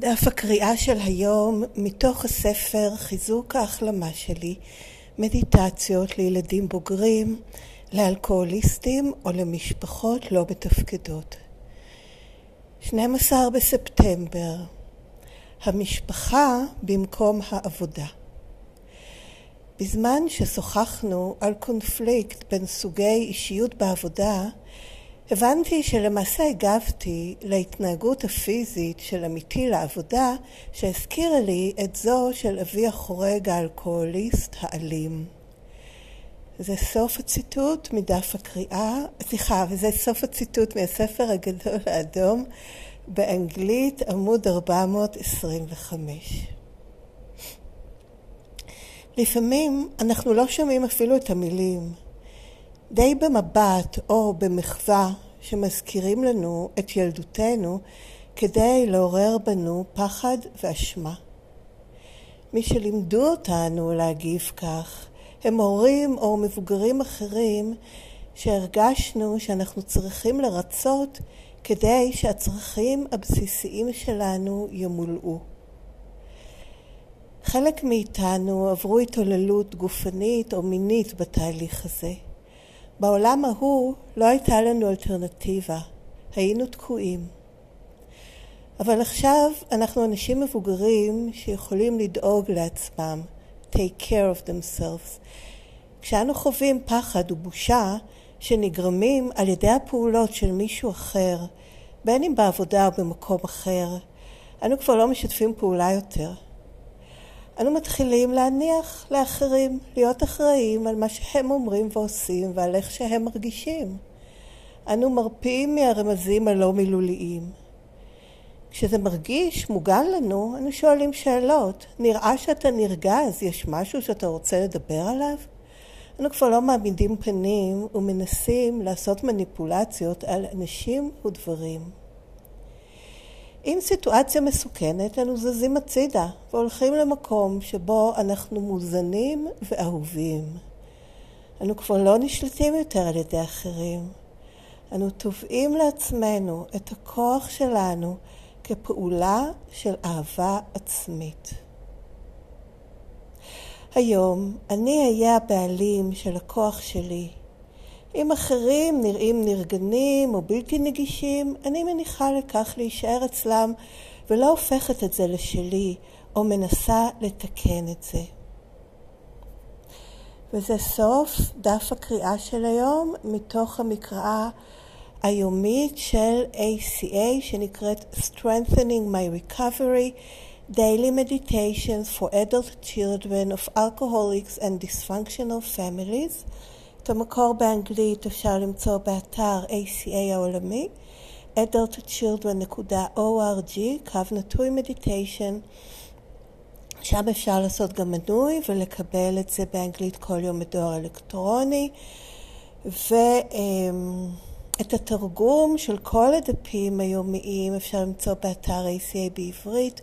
דף הקריאה של היום מתוך הספר חיזוק ההחלמה שלי, מדיטציות לילדים בוגרים, לאלכוהוליסטים או למשפחות לא מתפקדות. 12 בספטמבר, המשפחה במקום העבודה. בזמן ששוחחנו על קונפליקט בין סוגי אישיות בעבודה, הבנתי שלמעשה הגבתי להתנהגות הפיזית של עמיתי לעבודה שהזכירה לי את זו של אבי החורג האלכוהוליסט האלים. זה סוף הציטוט מדף הקריאה, וזה סוף הציטוט מהספר הגדול האדום באנגלית עמוד 425. לפעמים אנחנו לא שומעים אפילו את המילים. די במבט או במחווה שמזכירים לנו את ילדותנו כדי לעורר בנו פחד ואשמה. מי שלימדו אותנו להגיב כך הם הורים או מבוגרים אחרים שהרגשנו שאנחנו צריכים לרצות כדי שהצרכים הבסיסיים שלנו ימולאו. חלק מאיתנו עברו התעללות גופנית או מינית בתהליך הזה. בעולם ההוא לא הייתה לנו אלטרנטיבה, היינו תקועים. אבל עכשיו אנחנו אנשים מבוגרים שיכולים לדאוג לעצמם, take care of themselves. כשאנו חווים פחד ובושה שנגרמים על ידי הפעולות של מישהו אחר, בין אם בעבודה או במקום אחר, אנו כבר לא משתפים פעולה יותר. אנו מתחילים להניח לאחרים, להיות אחראים על מה שהם אומרים ועושים ועל איך שהם מרגישים. אנו מרפים מהרמזים הלא מילוליים. כשזה מרגיש מוגן לנו, אנו שואלים שאלות. נראה שאתה נרגז, יש משהו שאתה רוצה לדבר עליו? אנו כבר לא מעמידים פנים ומנסים לעשות מניפולציות על אנשים ודברים. אם סיטואציה מסוכנת, אנו זזים הצידה והולכים למקום שבו אנחנו מוזנים ואהובים. אנו כבר לא נשלטים יותר על ידי אחרים. אנו תובעים לעצמנו את הכוח שלנו כפעולה של אהבה עצמית. היום אני אהיה הבעלים של הכוח שלי. אם אחרים נראים נרגנים או בלתי נגישים, אני מניחה לכך להישאר אצלם ולא הופכת את זה לשלי או מנסה לתקן את זה. וזה סוף דף הקריאה של היום מתוך המקראה היומית של ACA שנקראת Strengthening My Recovery, Daily Meditations for Adult Children of Alcoholics and Dysfunctional Families. את המקור באנגלית אפשר למצוא באתר ACA העולמי, adultchildren.org/meditation. שם אפשר לעשות גם מנוי ולקבל את זה באנגלית כל יום בדואר אלקטרוני. ואת התרגום של כל הדפים היומיים אפשר למצוא באתר ACA בעברית,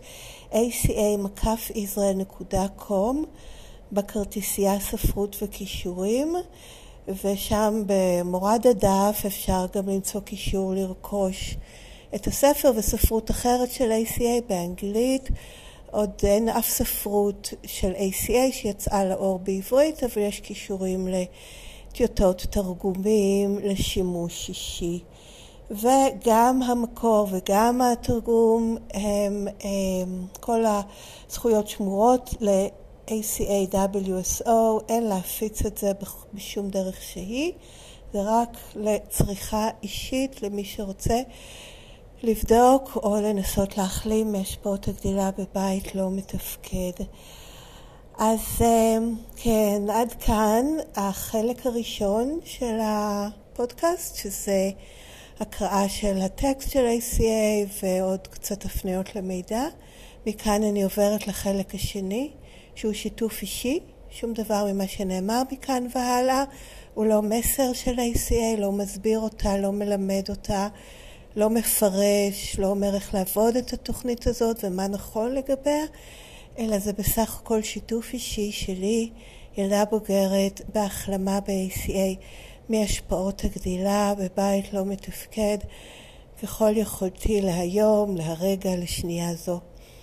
aca-israel.com, בכרטיסייה ספרות וקישורים. ושם במורד הדף אפשר גם למצוא קישור לרכוש את הספר וספרות אחרת של ACA באנגלית. עוד אין אף ספרות של ACA שיצאה לאור בעברית, אבל יש קישורים לטיוטות תרגומים לשימוש אישי. וגם המקור וגם התרגום הם כל הזכויות שמורות ACA-WSO, אין להפיץ את זה בשום דרך שהיא, זה רק לצריכה אישית למי שרוצה לבדוק או לנסות להחלים מהשפעות הגדילה בבית לא מתפקד. אז כן, עד כאן החלק הראשון של הפודקאסט, שזה הקראה של הטקסט של ACA ועוד קצת הפניות למידע. מכאן אני עוברת לחלק השני, שהוא שיתוף אישי. שום דבר ממה שנאמר מכאן והלאה הוא לא מסר של ACA, לא מסביר אותה, לא מלמד אותה, לא מפרש, לא אומר איך לעבוד את התוכנית הזאת ומה נכון לגביה, אלא זה בסך הכל שיתוף אישי שלי, ילדה בוגרת בהחלמה ב-ACA מהשפעות הגדילה בבית לא מתפקד, ככל יכולתי להיום, להרגע, לשנייה זו.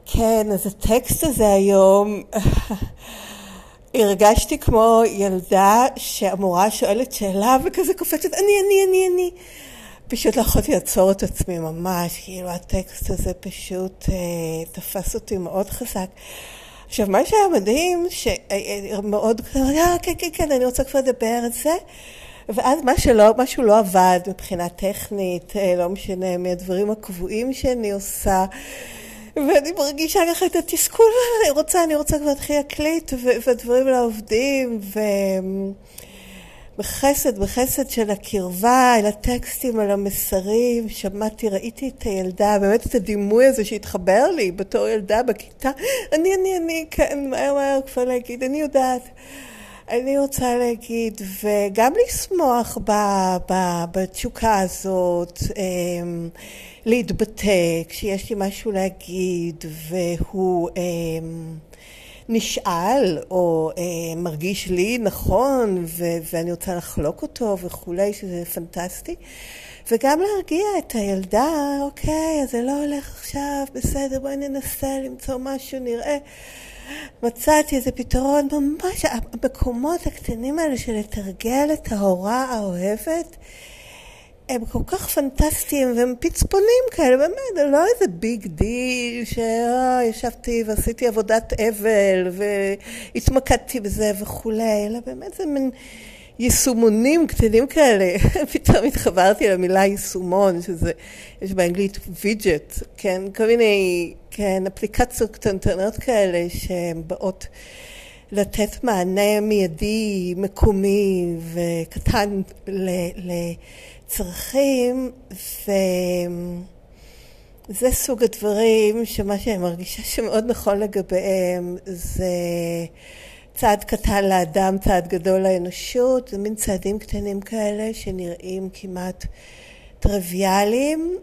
כן, אז הטקסט הזה היום, הרגשתי כמו ילדה שהמורה שואלת שאלה וכזה קופצת, אני. פשוט לא יכולתי לעצור את עצמי ממש, כאילו הטקסט הזה פשוט תפס אותי מאוד חזק. עכשיו, מה שהיה מדהים, שמאוד, כן, אני רוצה כבר לדבר על זה, ואז משהו לא עבד מבחינה טכנית, לא משנה, מהדברים הקבועים שאני עושה, ואני מרגישה ככה את התסכול, אני רוצה כבר להתחיל להקליט, והדברים לא עובדים, בחסד של הקרבה, אל הטקסטים, על המסרים, ראיתי את הילדה, באמת את הדימוי הזה שהתחבר לי בתור ילדה בכיתה, אני, כן, מהר כבר להגיד, אני יודעת, אני רוצה להגיד, וגם לשמוח בתשוקה הזאת, להתבטא, כשיש לי משהו להגיד, והוא נשאל, או מרגיש לי נכון, ואני רוצה לחלוק אותו וכולי, שזה פנטסטי. וגם להרגיע את הילדה, אוקיי, אז זה לא הולך עכשיו, בסדר, בואי ננסה למצוא משהו, נראה. מצאתי איזה פתרון, ממש המקומות הקטנים האלה של לתרגל את ההורה האוהבת, הם כל כך פנטסטיים והם פצפונים כאלה, באמת, לא איזה ביג דיל שישבתי ועשיתי עבודת אבל והתמקדתי בזה וכולי, אלא באמת זה מין יישומונים קטנים כאלה. פתאום התחברתי למילה יישומון, שזה, יש באנגלית וידג'ט, כן, כל מיני, כן, אפליקציות קטנטנות כאלה שהן באות לתת מענה מיידי, מקומי וקטן לצרכים, וזה סוג הדברים שמה שאני מרגישה שמאוד נכון לגביהם, זה צעד קטן לאדם, צעד גדול לאנושות, זה מין צעדים קטנים כאלה שנראים כמעט טריוויאליים,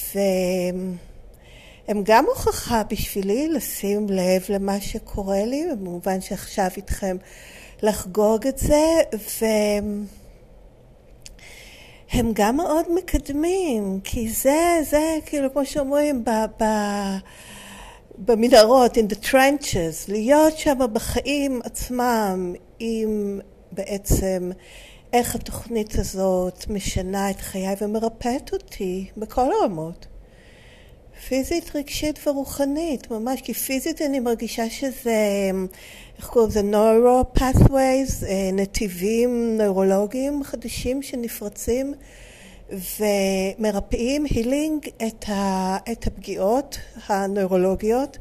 הם גם הוכחה בשבילי לשים לב למה שקורה לי, במובן שעכשיו איתכם לחגוג את זה, והם גם מאוד מקדמים, כי זה כאילו כמו שאומרים במנהרות, in the trenches, להיות שם בחיים עצמם, עם בעצם איך התוכנית הזאת משנה את חיי ומרפאת אותי בכל הרמות. פיזית, רגשית ורוחנית, ממש, כי פיזית אני מרגישה שזה, איך קוראים לזה, neuro pathways, נתיבים נוירולוגיים חדשים שנפרצים ומרפאים, הילינג את הפגיעות הנוירולוגיות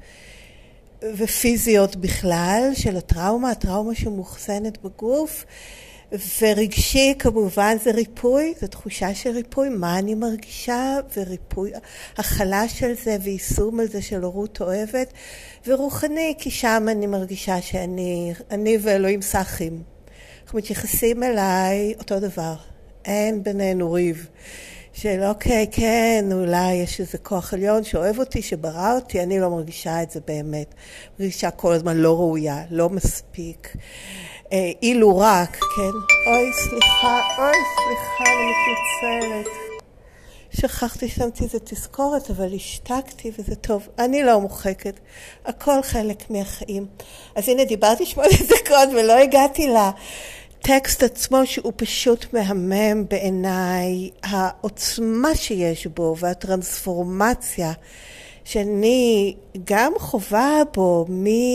ופיזיות בכלל של הטראומה שמוחסנת בגוף, ורגשי כמובן זה ריפוי, זו תחושה של ריפוי, מה אני מרגישה, וריפוי, הכלה של זה ויישום על זה של הורות אוהבת, ורוחני, כי שם אני מרגישה שאני ואלוהים סחים. אנחנו מתייחסים אליי אותו דבר, אין בינינו ריב, של אוקיי, כן, אולי יש איזה כוח עליון שאוהב אותי, שברא אותי, אני לא מרגישה את זה באמת. מרגישה כל הזמן לא ראויה, לא מספיק. אילו רק, כן? אוי, סליחה, אני מתנצלת. שכחתי שמתי איזה תזכורת, אבל השתקתי וזה טוב. אני לא מוחקת, הכל חלק מהחיים. אז הנה, דיברתי 8 דקות ולא הגעתי לטקסט עצמו, שהוא פשוט מהמם בעיניי. העוצמה שיש בו והטרנספורמציה שאני גם חובה בו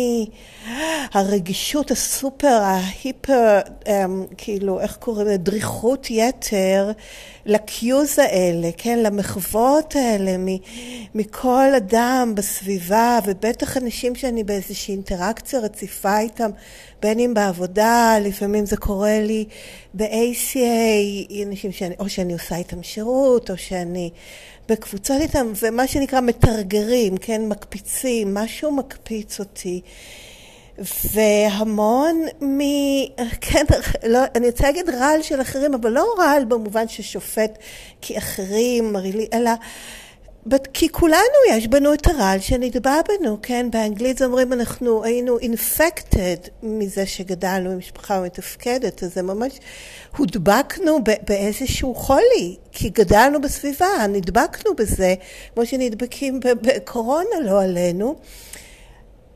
מהרגישות הסופר, ההיפר, כאילו, איך קוראים לזה, דריכות יתר, לקיוז האלה, כן, למחוות האלה, מכל אדם בסביבה, ובטח אנשים שאני באיזושהי אינטראקציה רציפה איתם, בין אם בעבודה, לפעמים זה קורה לי ב-ACA, אנשים או שאני עושה איתם שירות, או שאני בקבוצות איתם, ומה שנקרא מתרגרים, כן, מקפיצים, משהו מקפיץ אותי. והמון כן, לא, אני רוצה להגיד רעל של אחרים, אבל לא רעל במובן ששופט כי אחרים, אלא כי כולנו יש בנו את הרעל שנדבע בנו, כן? באנגלית זה אומרים אנחנו היינו infected מזה שגדלנו במשפחה מתפקדת, אז זה ממש הודבקנו באיזשהו חולי, כי גדלנו בסביבה, נדבקנו בזה, כמו שנדבקים בקורונה לא עלינו.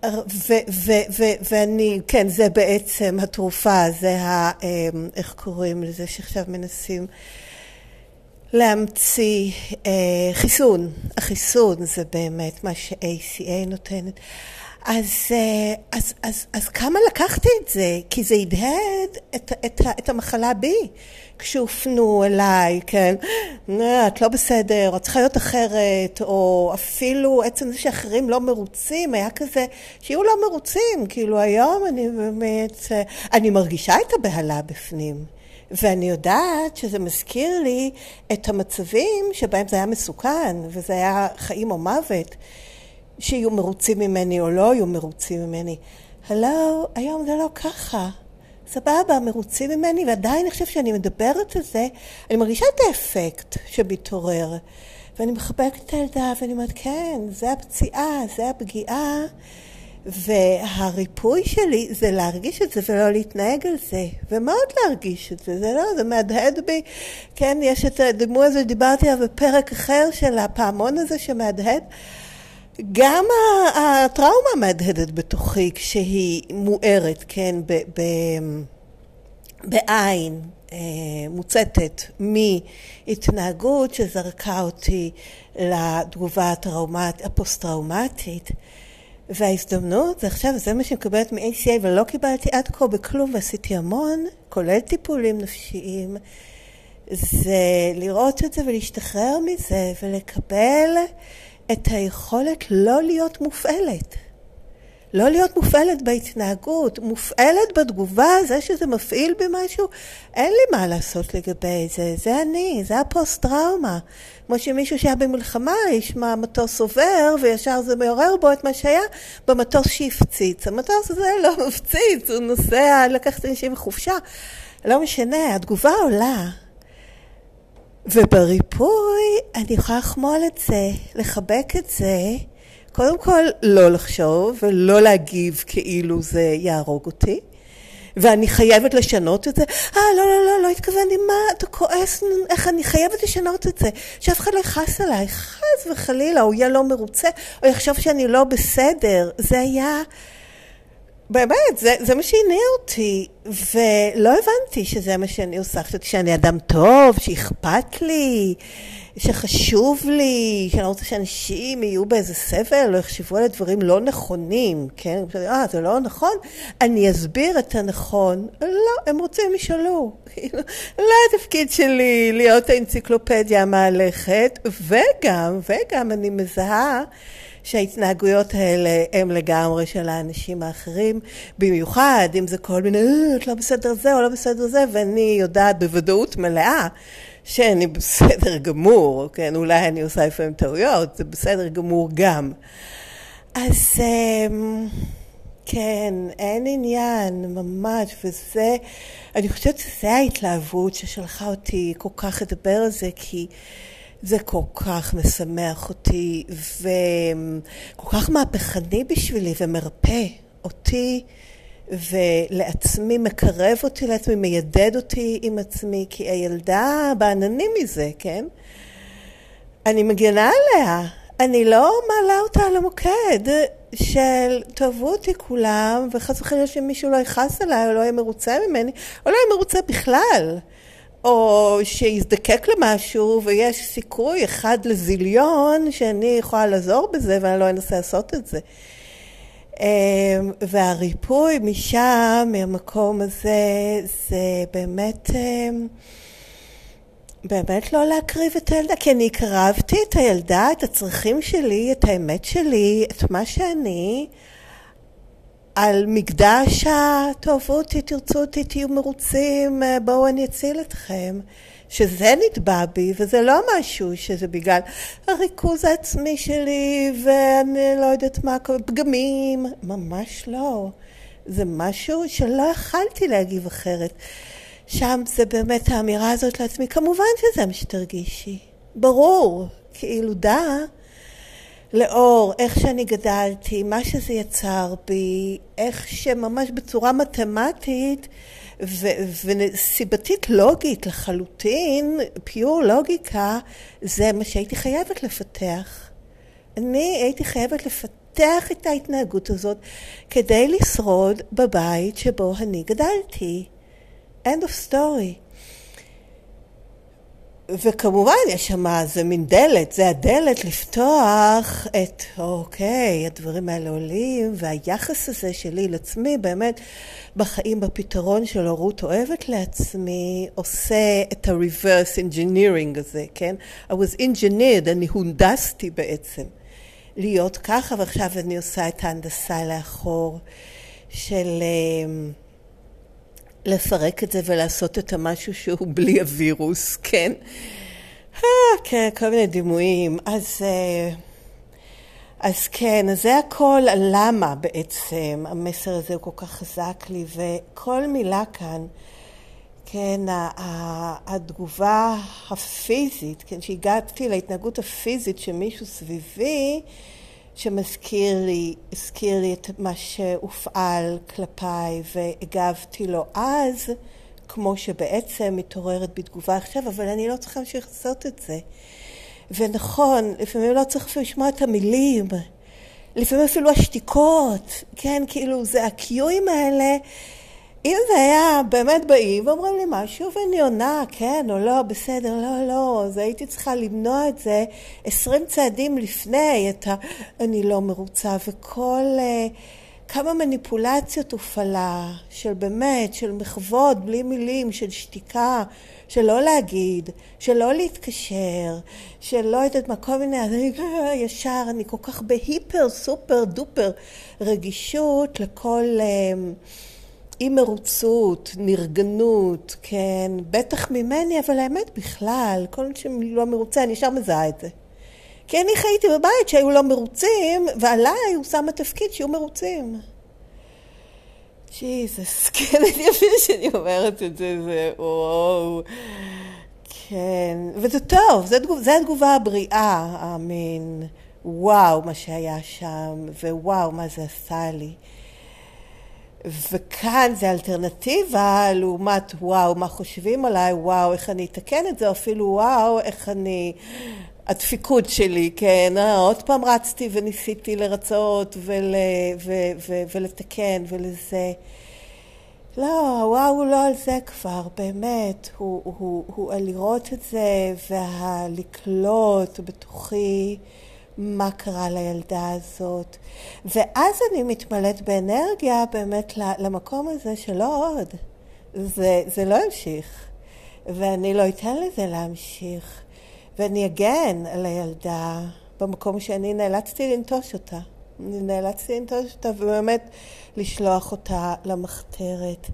ואני, כן, זה בעצם התרופה, זה איך קוראים לזה שעכשיו מנסים להמציא חיסון. החיסון זה באמת מה ש-ACA נותנת. אז כמה לקחתי את זה? כי זה הדהד את המחלה בי. כשהופנו אליי, כן, את לא בסדר, את צריכה להיות אחרת, או אפילו עצם זה שאחרים לא מרוצים, היה כזה שיהיו לא מרוצים, כאילו היום אני באמת, אני מרגישה את הבהלה בפנים, ואני יודעת שזה מזכיר לי את המצבים שבהם זה היה מסוכן, וזה היה חיים או מוות, שיהיו מרוצים ממני או לא יהיו מרוצים ממני. הלו, היום זה לא ככה. סבבה, מרוצים ממני, ועדיין אני חושב שאני מדברת על זה, אני מרגישה את האפקט שמתעורר. ואני מחבקת את הילדה, ואני אומרת, כן, זה הפציעה, זה הפגיעה, והריפוי שלי זה להרגיש את זה ולא להתנהג על זה, ומאוד להרגיש את זה, זה לא, זה מהדהד בי, כן, יש את הדימוי הזה שדיברתי עליו בפרק אחר של הפעמון הזה שמהדהד, גם הטראומה מהדהדת בתוכי כשהיא מוארת, כן, בעין מוצטת מהתנהגות שזרקה אותי לתגובה הפוסט-טראומטית. וההזדמנות, זה עכשיו, זה מה שמקבלת מ-ACA, ולא קיבלתי עד כה בכלום, ועשיתי המון, כולל טיפולים נפשיים, זה לראות את זה ולהשתחרר מזה, ולקבל את היכולת לא להיות מופעלת. לא להיות מופעלת בהתנהגות, מופעלת בתגובה, זה שזה מפעיל במשהו, אין לי מה לעשות לגבי זה, זה אני, זה הפוסט-טראומה. כמו שמישהו שהיה במלחמה, ישמע מטוס עובר, וישר זה מעורר בו את מה שהיה במטוס שהפציץ. המטוס הזה לא מפציץ, הוא נוסע לקחת אנשים בחופשה. לא משנה, התגובה עולה. ובריפוי אני יכולה לחמול את זה, לחבק את זה, קודם כל לא לחשוב ולא להגיב כאילו זה יהרוג אותי, ואני חייבת לשנות את זה. לא התכוונתי, מה אתה כועס, איך אני חייבת לשנות את זה, שאף אחד לא יכעס עליי, חס וחלילה, הוא יהיה לא מרוצה, או יחשוב שאני לא בסדר. זה היה, באמת, זה מה שהניע אותי, ולא הבנתי שזה מה שאני עושה. חשבתי שאני אדם טוב, שאכפת לי, שחשוב לי, שאני רוצה שאנשים יהיו באיזה סבל, לא יחשבו על דברים לא נכונים, כן? זה לא נכון, אני אסביר את הנכון. לא, הם רוצים ישאלו. לא התפקיד שלי להיות האנציקלופדיה המהלכת, וגם אני מזהה שההתנהגויות האלה הם לגמרי של האנשים האחרים, במיוחד אם זה כל מיני, את לא בסדר זה או לא בסדר זה, ואני יודעת בוודאות מלאה שאני בסדר גמור, כן, אולי אני עושה לפעמים טעויות, זה בסדר גמור גם. אז כן, אין עניין ממש, וזה, אני חושבת שזה ההתלהבות ששלחה אותי כל כך לדבר על זה, כי זה כל כך משמח אותי, וכל כך מהפכני בשבילי, ומרפא אותי, ולעצמי מקרב אותי לעצמי, מיידד אותי עם עצמי, כי הילדה בעננים מזה, כן? אני מגנה עליה, אני לא מעלה אותה על המוקד של תאהבו אותי כולם, וחס וחלילה שמישהו לא יכעס עליי, או לא יהיה מרוצה ממני, או לא יהיה מרוצה בכלל, או שיזדקק למשהו, ויש סיכוי אחד לזיליון שאני יכולה לעזור בזה, ואני לא אנסה לעשות את זה. והריפוי משם, מהמקום הזה, זה באמת לא להקריב את הילדה, כי אני הקרבתי את הילדה, את הצרכים שלי, את האמת שלי, את מה שאני, על מקדש תאהבו אותי, תרצו אותי, תהיו מרוצים, בואו אני אציל אתכם. שזה נטבע בי, וזה לא משהו שזה בגלל הריכוז העצמי שלי, ואני לא יודעת מה, פגמים, ממש לא. זה משהו שלא יכלתי להגיב אחרת. שם זה באמת האמירה הזאת לעצמי, כמובן שזה מה שתרגישי. ברור, כאילו לאור איך שאני גדלתי, מה שזה יצר בי, איך שממש בצורה מתמטית וסיבתית לוגית לחלוטין, פיור לוגיקה, זה מה שהייתי חייבת לפתח. אני הייתי חייבת לפתח את ההתנהגות הזאת כדי לשרוד בבית שבו אני גדלתי. End of story. וכמובן יש שם זה מין דלת, זה הדלת לפתוח את, אוקיי, הדברים האלה עולים, והיחס הזה שלי לעצמי באמת בחיים בפתרון של הורות אוהבת לעצמי, עושה את ה-reverse engineering הזה, כן? I was engineered, אני הונדסתי בעצם להיות ככה, ועכשיו אני עושה את ההנדסה לאחור של לפרק את זה ולעשות את המשהו שהוא בלי הווירוס, כן? כן, כל מיני דימויים. אז כן, אז זה הכל למה בעצם המסר הזה הוא כל כך חזק לי, וכל מילה כאן, כן, התגובה הפיזית, כן, שהגעתי להתנהגות הפיזית שמישהו סביבי, שמזכיר לי את מה שהופעל כלפיי, והגבתי לו אז, כמו שבעצם מתעוררת בתגובה עכשיו, אבל אני לא צריכה להמשיך לעשות את זה. ונכון, לפעמים לא צריך אפילו לשמוע את המילים, לפעמים אפילו השתיקות, כן, כאילו זה הקיואים האלה, אם זה היה באמת באים ואומרים לי משהו ואני עונה, כן או לא, בסדר, לא, אז הייתי צריכה למנוע את זה 20 צעדים לפני, אני לא מרוצה, וכל כמה מניפולציות הופעלה של באמת, של מחוות בלי מילים, של שתיקה, של לא להגיד, של לא להתקשר, של לא יודעת מה, כל מיני, ישר, אני כל כך בהיפר, סופר, דופר רגישות לכל אי מרוצות, נרגנות, כן, בטח ממני, אבל האמת בכלל, כל מי שלא מרוצה, אני ישר מזהה את זה. כי אני חייתי בבית שהיו לא מרוצים, ועליי הוא שם התפקיד שיהיו מרוצים. ג'יזוס, כן, אני אפילו שאני אומרת את זה, זה וואו, כן, וזה טוב, זה התגובה הבריאה, אמין, וואו מה שהיה שם, ווואו מה זה עשה לי. וכאן זה אלטרנטיבה לעומת וואו מה חושבים עליי, וואו איך אני אתקן את זה, אפילו וואו איך אני, הדפיקות שלי, כן, עוד פעם רצתי וניסיתי לרצות ולתקן ולזה. לא, וואו הוא לא על זה כבר, באמת, הוא על לראות את זה והלקלוט בתוכי מה קרה לילדה הזאת. ואז אני מתמלאת באנרגיה באמת למקום הזה שלא עוד. זה לא ימשיך. ואני לא אתן לזה להמשיך. ואני אגן על הילדה במקום שאני נאלצתי לנטוש אותה. אני נאלצתי לנטוש אותה ובאמת לשלוח אותה למחתרת.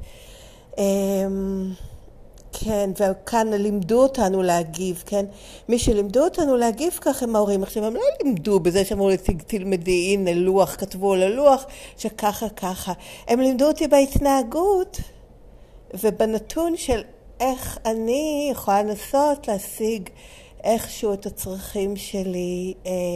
כן, וכאן לימדו אותנו להגיב, כן? מי שלימדו אותנו להגיב כך הם ההורים. עכשיו, הם לא לימדו בזה שאמרו לי, תלמדי, הנה לוח, כתבו על הלוח, שככה ככה. הם לימדו אותי בהתנהגות, ובנתון של איך אני יכולה לנסות להשיג איכשהו את הצרכים שלי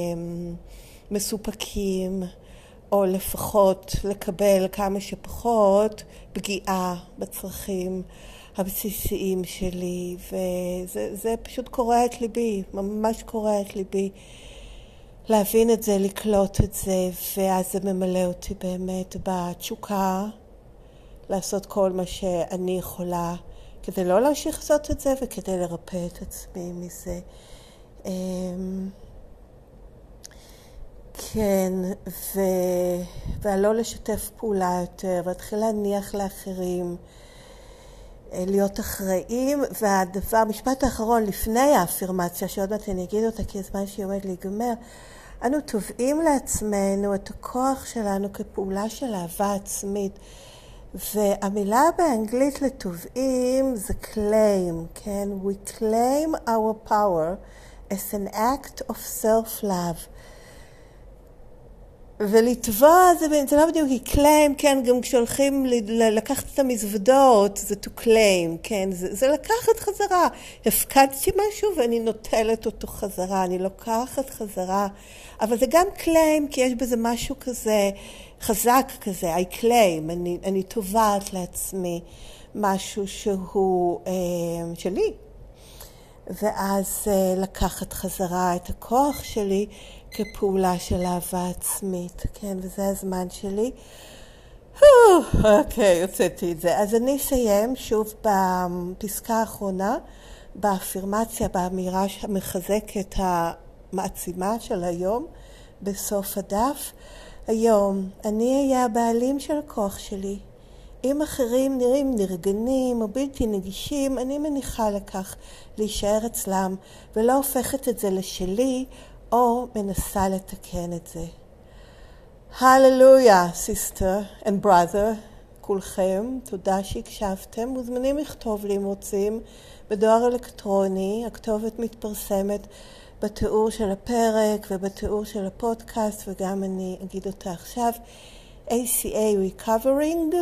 מסופקים, או לפחות לקבל כמה שפחות פגיעה בצרכים הבסיסיים שלי, וזה פשוט קורע את ליבי, ממש קורע את ליבי, להבין את זה, לקלוט את זה, ואז זה ממלא אותי באמת בתשוקה, לעשות כל מה שאני יכולה, כדי לא להמשיך לעשות את זה, וכדי לרפא את עצמי מזה. כן, ולא לשתף פעולה יותר, ולהתחיל להניח לאחרים, להיות אחראים, והדבר, המשפט האחרון לפני האפירמציה, שעוד מעט אני אגיד אותה כי הזמן שהיא עומד להיגמר, אנו תובעים לעצמנו את הכוח שלנו כפעולה של אהבה עצמית, והמילה באנגלית לתובעים זה claim, כן? We claim our power as an act of self-love. ולתבוע זה לא בדיוק כי claim, כן, גם כשהולכים לקחת את המזוודות, זה to claim, כן, זה לקחת חזרה. הפקדתי משהו ואני נוטלת אותו חזרה, אני לוקחת חזרה, אבל זה גם claim כי יש בזה משהו כזה חזק כזה, I claim, אני תובעת לעצמי משהו שהוא שלי. ואז לקחת חזרה את הכוח שלי כפעולה של אהבה עצמית, כן, וזה הזמן שלי. אוקיי, יוצאתי את זה. אז אני אסיים שוב בפסקה האחרונה, באפירמציה, באמירה המחזקת המעצימה של היום, בסוף הדף. היום, אני אהיה הבעלים של הכוח שלי. אם אחרים נראים נרגנים או בלתי נגישים, אני מניחה לכך להישאר אצלם, ולא הופכת את זה לשלי, או מנסה לתקן את זה. הללויה, סיסטר and brother, כולכם, תודה שהקשבתם. מוזמנים לכתוב לי אם רוצים בדואר אלקטרוני. הכתובת מתפרסמת בתיאור של הפרק ובתיאור של הפודקאסט, וגם אני אגיד אותה עכשיו. ACA Recovering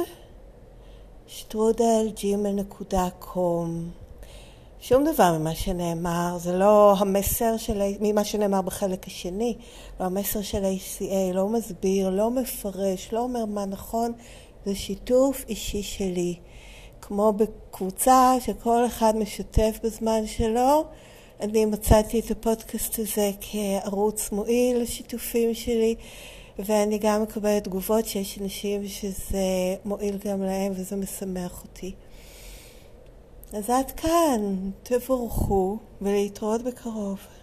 @gmail.com. שום דבר ממה שנאמר, זה לא המסר ממה שנאמר בחלק השני, לא המסר של ACA, לא מסביר, לא מפרש, לא אומר מה נכון, זה שיתוף אישי שלי. כמו בקבוצה שכל אחד משתף בזמן שלו, אני מצאתי את הפודקאסט הזה כערוץ מועיל לשיתופים שלי, ואני גם מקבלת תגובות שיש אנשים שזה מועיל גם להם, וזה משמח אותי. אז עד כאן, תבורכו ולהתראות בקרוב.